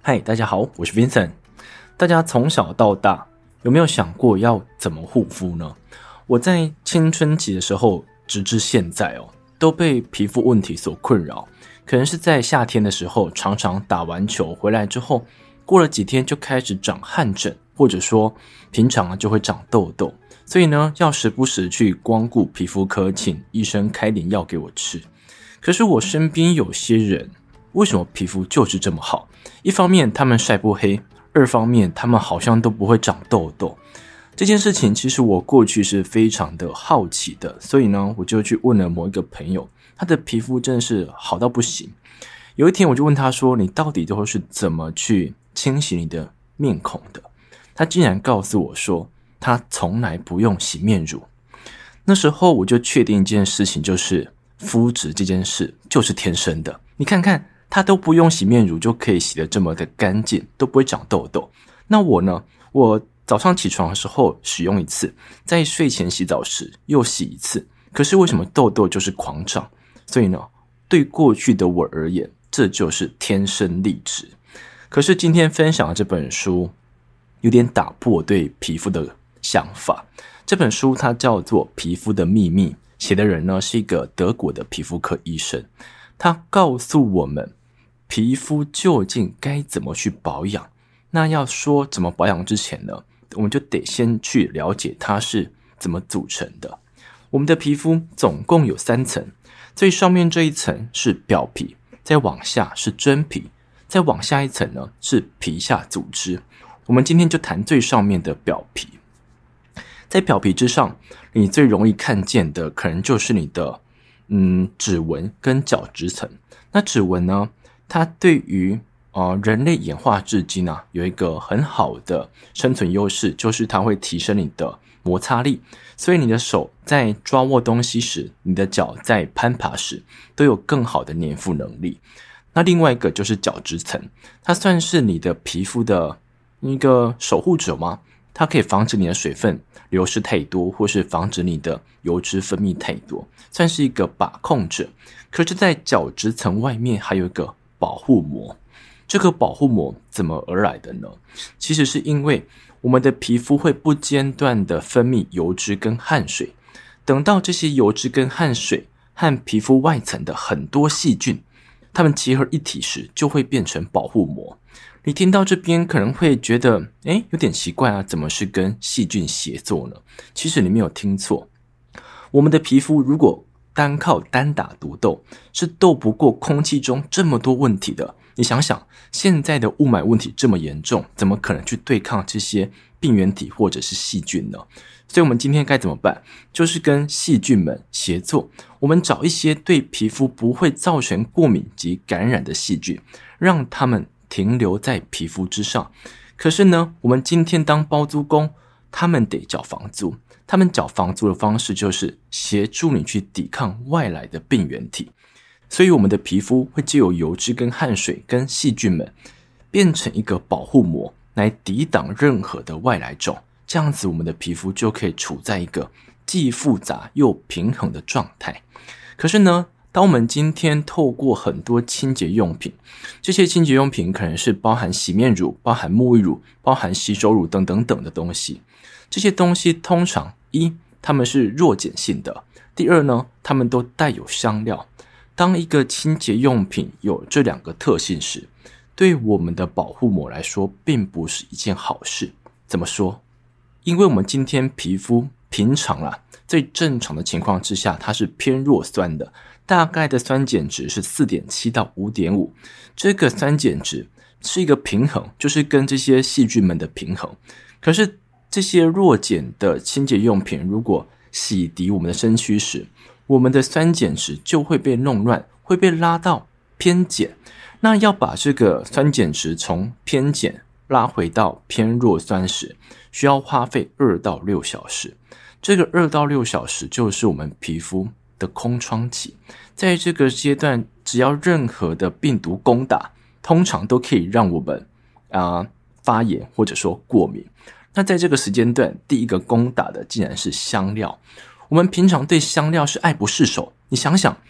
嗨，大家好，我是 Vincent。大家从小到大有没有想过要怎么护肤呢？我在青春期的时候，直至现在都被皮肤问题所困扰。可能是在夏天的时候，常常打完球回来之后，过了几天就开始长汗疹，或者说平常就会长痘痘，所以呢，要时不时去光顾皮肤科，请医生开点药给我吃。可是我身边有些人，为什么皮肤就是这么好？一方面他们晒不黑，二方面他们好像都不会长痘痘。这件事情其实我过去是非常的好奇的，所以呢，我就去问了某一个朋友，他的皮肤真的是好到不行。有一天我就问他说，你到底都是怎么去清洗你的面孔的？他竟然告诉我说，他从来不用洗面乳。那时候我就确定一件事情，就是肤质这件事就是天生的。你看看他都不用洗面乳就可以洗得这么的干净，都不会长痘痘。那我呢？我早上起床的时候使用一次，在睡前洗澡时又洗一次，可是为什么痘痘就是狂长？所以呢，对过去的我而言，这就是天生丽质。可是今天分享的这本书有点打破我对皮肤的想法。这本书它叫做《皮肤的秘密》，写的人呢是一个德国的皮肤科医生。他告诉我们皮肤究竟该怎么去保养。那要说怎么保养之前呢，我们就得先去了解它是怎么组成的。我们的皮肤总共有3层，最上面这一层是表皮，再往下是真皮，再往下一层呢是皮下组织。我们今天就谈最上面的表皮。在表皮之上，你最容易看见的可能就是你的指纹跟角质层。那指纹呢，它对于人类演化至今有一个很好的生存优势，就是它会提升你的摩擦力，所以你的手在抓握东西时，你的脚在攀爬时都有更好的粘附能力。那另外一个就是角质层，它算是你的皮肤的一个守护者吗？它可以防止你的水分流失太多，或是防止你的油脂分泌太多，算是一个把控者。可是在角质层外面还有一个保护膜。这个保护膜怎么而来的呢？其实是因为我们的皮肤会不间断的分泌油脂跟汗水，等到这些油脂跟汗水和皮肤外层的很多细菌它们结合一体时，就会变成保护膜。你听到这边可能会觉得有点奇怪怎么是跟细菌协作呢？其实你没有听错，我们的皮肤如果单靠单打独斗，是斗不过空气中这么多问题的。你想想，现在的雾霾问题这么严重，怎么可能去对抗这些病原体或者是细菌呢？所以我们今天该怎么办？就是跟细菌们协作，我们找一些对皮肤不会造成过敏及感染的细菌，让它们停留在皮肤之上。可是呢，我们今天当包租公，他们得缴房租，他们缴房租的方式就是协助你去抵抗外来的病原体。所以我们的皮肤会藉由油脂跟汗水跟细菌们变成一个保护膜，来抵挡任何的外来种。这样子我们的皮肤就可以处在一个既复杂又平衡的状态。可是呢，当我们今天透过很多清洁用品，这些清洁用品可能是包含洗面乳、包含沐浴乳、包含洗手乳等等等的东西。这些东西通常它们是弱碱性的，第二呢，它们都带有香料。当一个清洁用品有这2个特性时，对我们的保护膜来说并不是一件好事。怎么说？因为我们今天皮肤平常最正常的情况之下，它是偏弱酸的，大概的酸碱值是 4.7 到 5.5。 这个酸碱值是一个平衡，就是跟这些细菌们的平衡。可是这些弱碱的清洁用品如果洗涤我们的身躯时，我们的酸碱值就会被弄乱，会被拉到偏碱。那要把这个酸碱值从偏碱拉回到偏弱酸时，需要花费2到6小时。这个2到6小时就是我们皮肤的空窗期。在这个阶段，只要任何的病毒攻打，通常都可以让我们发炎或者说过敏。那在这个时间段，第一个攻打的竟然是香料。我们平常对香料是爱不释手。你想想，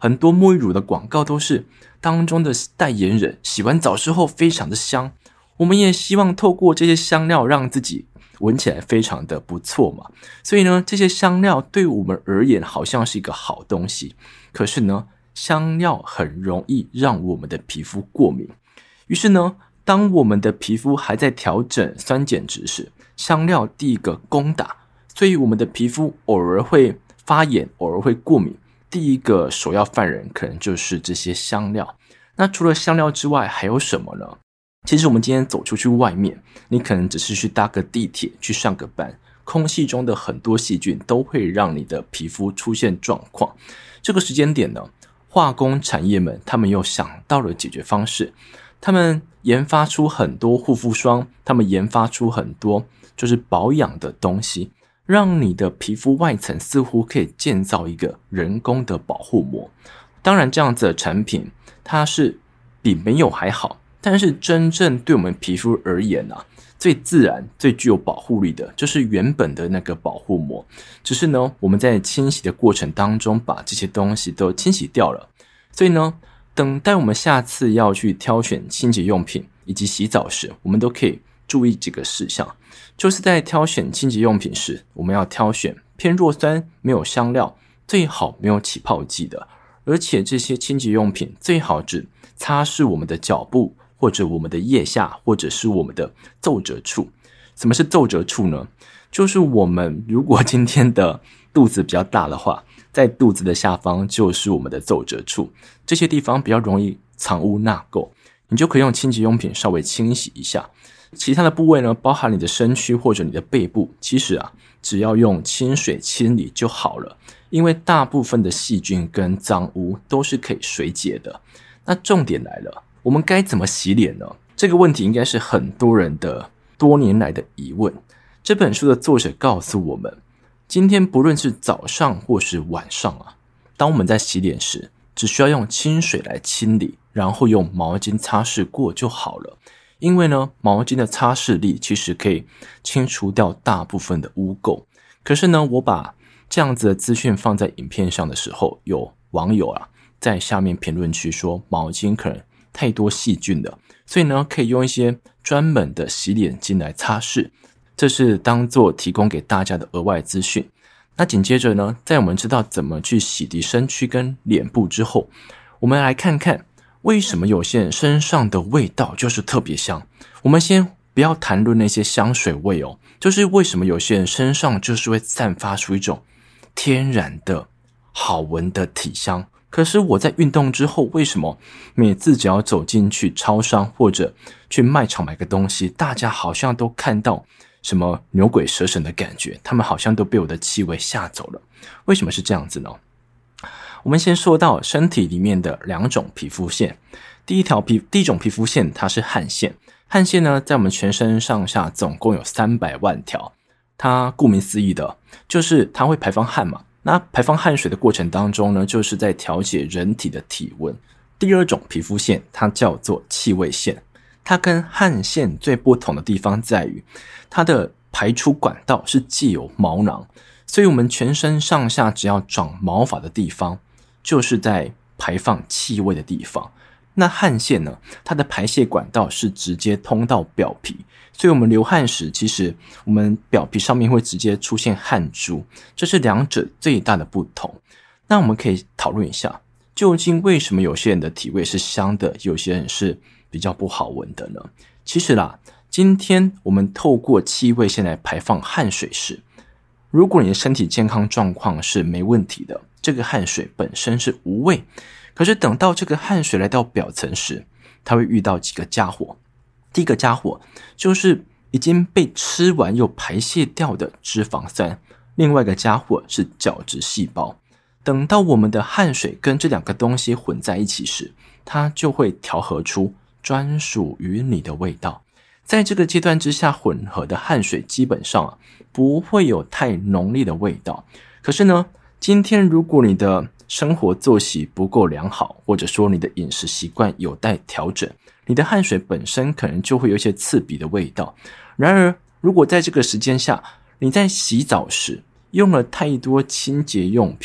很多沐浴乳的广告都是当中的代言人洗完澡之后非常的香，我们也希望透过这些香料让自己闻起来非常的不错嘛。所以呢，这些香料对我们而言好像是一个好东西，可是呢，香料很容易让我们的皮肤过敏。于是呢，当我们的皮肤还在调整酸碱值时，香料第一个攻打，所以我们的皮肤偶尔会发炎，偶尔会过敏。第一个首要犯人可能就是这些香料。那除了香料之外还有什么呢？其实我们今天走出去外面，你可能只是去搭个地铁，去上个班，空气中的很多细菌都会让你的皮肤出现状况。这个时间点呢，化工产业们他们又想到了解决方式，他们研发出很多护肤霜，他们研发出很多就是保养的东西，让你的皮肤外层似乎可以建造一个人工的保护膜。当然这样子的产品它是比没有还好，但是真正对我们皮肤而言啊，最自然最具有保护力的就是原本的那个保护膜，只是呢我们在清洗的过程当中把这些东西都清洗掉了。所以呢，等待我们下次要去挑选清洁用品以及洗澡时，我们都可以注意几个事项。就是在挑选清洁用品时，我们要挑选偏弱酸、没有香料，最好没有起泡剂的，而且这些清洁用品最好只擦拭我们的脚部或者我们的腋下或者是我们的皱褶处。什么是皱褶处呢？就是我们如果今天的肚子比较大的话，在肚子的下方就是我们的皱褶处，这些地方比较容易藏污纳垢，你就可以用清洁用品稍微清洗一下。其他的部位呢，包含你的身躯或者你的背部，其实只要用清水清理就好了，因为大部分的细菌跟脏污都是可以水解的。那重点来了，我们该怎么洗脸呢？这个问题应该是很多人的多年来的疑问。这本书的作者告诉我们，今天不论是早上或是晚上当我们在洗脸时，只需要用清水来清理，然后用毛巾擦拭过就好了。因为呢，毛巾的擦拭力其实可以清除掉大部分的污垢。可是呢，我把这样子的资讯放在影片上的时候，有网友在下面评论区说毛巾可能太多细菌了，所以呢，可以用一些专门的洗脸巾来擦拭。这是当作提供给大家的额外资讯。那紧接着呢，在我们知道怎么去洗涤身躯跟脸部之后，我们来看看为什么有些人身上的味道就是特别香。我们先不要谈论那些香水味就是为什么有些人身上就是会散发出一种天然的好闻的体香。可是我在运动之后，为什么每次只要走进去超商或者去卖场买个东西，大家好像都看到什么牛鬼蛇神的感觉，他们好像都被我的气味吓走了。为什么是这样子呢？我们先说到身体里面的两种皮肤线。第一种皮肤线它是汗腺，汗腺呢在我们全身上下总共有300万条。它顾名思义的就是它会排放汗嘛，那排放汗水的过程当中呢，就是在调节人体的体温。第二种皮肤线它叫做气味线，它跟汗腺最不同的地方在于它的排出管道是藉由毛囊，所以我们全身上下只要长毛发的地方就是在排放气味的地方。那汗腺呢，它的排泄管道是直接通到表皮，所以我们流汗时，其实我们表皮上面会直接出现汗珠，这是两者最大的不同。那我们可以讨论一下，究竟为什么有些人的体味是香的，有些人是比较不好闻的呢？其实今天我们透过气味线来排放汗水时，如果你的身体健康状况是没问题的，这个汗水本身是无味。可是等到这个汗水来到表层时，它会遇到几个家伙。第一个家伙就是已经被吃完又排泄掉的脂肪酸，另外一个家伙是角质细胞。等到我们的汗水跟这两个东西混在一起时，它就会调和出专属于你的味道。在这个阶段之下混合的汗水基本上不会有太浓烈的味道。可是呢，今天如果你的生活作息不够良好，或者说你的饮食习惯有待调整，你的汗水本身可能就会有一些刺鼻的味道。然而如果在这个时间下你在洗澡时用了太多清洁用品，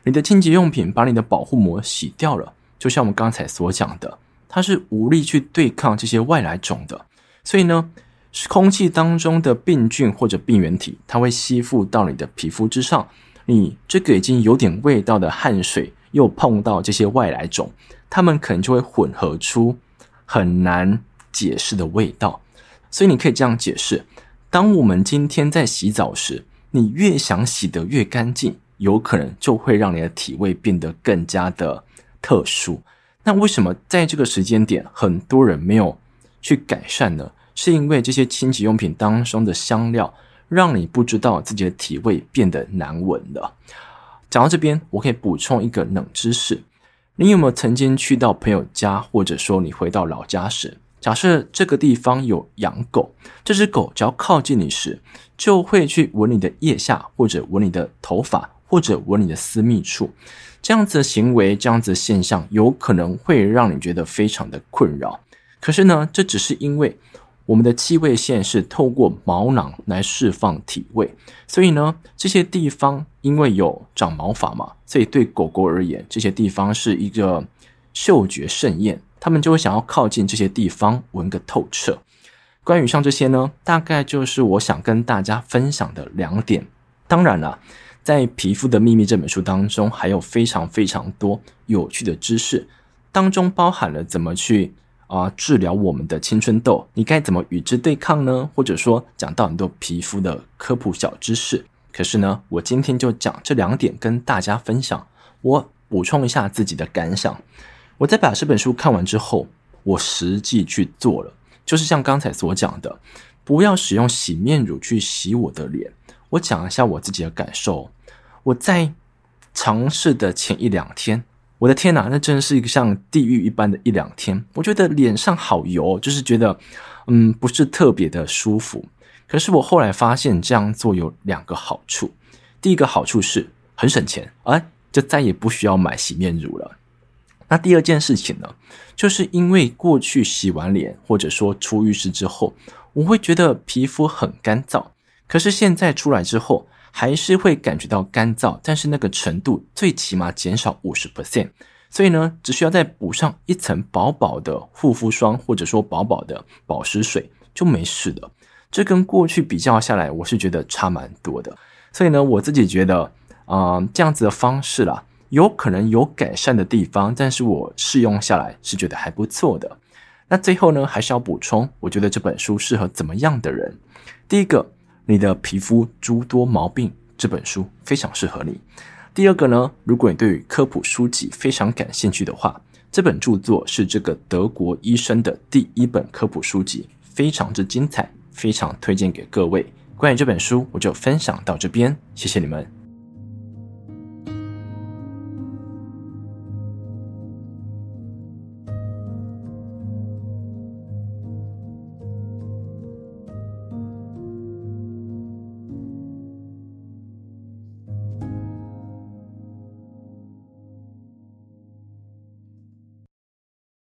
你的清洁用品把你的保护膜洗掉了，就像我们刚才所讲的，它是无力去对抗这些外来种的。所以呢，空气当中的病菌或者病原体，它会吸附到你的皮肤之上，你这个已经有点味道的汗水又碰到这些外来种，它们可能就会混合出很难解释的味道。所以你可以这样解释，当我们今天在洗澡时，你越想洗得越干净，有可能就会让你的体味变得更加的特殊。那为什么在这个时间点很多人没有去改善呢？是因为这些清洁用品当中的香料让你不知道自己的体味变得难闻了。讲到这边，我可以补充一个冷知识，你有没有曾经去到朋友家，或者说你回到老家时，假设这个地方有养狗，这只狗只要靠近你时，就会去闻你的腋下，或者闻你的头发，或者闻你的私密处。这样子的行为，这样子的现象，有可能会让你觉得非常的困扰。可是呢，这只是因为我们的气味线是透过毛囊来释放体味，所以呢，这些地方因为有长毛发嘛，所以对狗狗而言，这些地方是一个嗅觉盛宴，他们就会想要靠近这些地方闻个透彻。关于像这些呢，大概就是我想跟大家分享的2点。当然啦，在《皮肤的秘密》这本书当中，还有非常非常多有趣的知识，当中包含了怎么去治疗我们的青春痘，你该怎么与之对抗呢？或者说讲到很多皮肤的科普小知识。可是呢，我今天就讲这2点跟大家分享，我补充一下自己的感想。我在把这本书看完之后，我实际去做了，就是像刚才所讲的，不要使用洗面乳去洗我的脸。我讲一下我自己的感受。我在尝试的前1-2天，我的天哪，那真的是一个像地狱一般的1-2天。我觉得脸上好油，就是觉得不是特别的舒服。可是我后来发现这样做有2个好处。第一个好处是很省钱，就再也不需要买洗面乳了。那第二件事情呢，就是因为过去洗完脸或者说出浴室之后，我会觉得皮肤很干燥，可是现在出来之后还是会感觉到干燥，但是那个程度最起码减少 50%， 所以呢，只需要再补上一层薄薄的护肤霜，或者说薄薄的保湿水就没事了。这跟过去比较下来，我是觉得差蛮多的。所以呢，我自己觉得这样子的方式啦，有可能有改善的地方，但是我试用下来是觉得还不错的。那最后呢，还是要补充，我觉得这本书适合怎么样的人。第一个，你的皮肤诸多毛病，这本书非常适合你。第二个呢，如果你对于科普书籍非常感兴趣的话，这本著作是这个德国医生的第1本科普书籍，非常之精彩，非常推荐给各位。关于这本书，我就分享到这边，谢谢你们。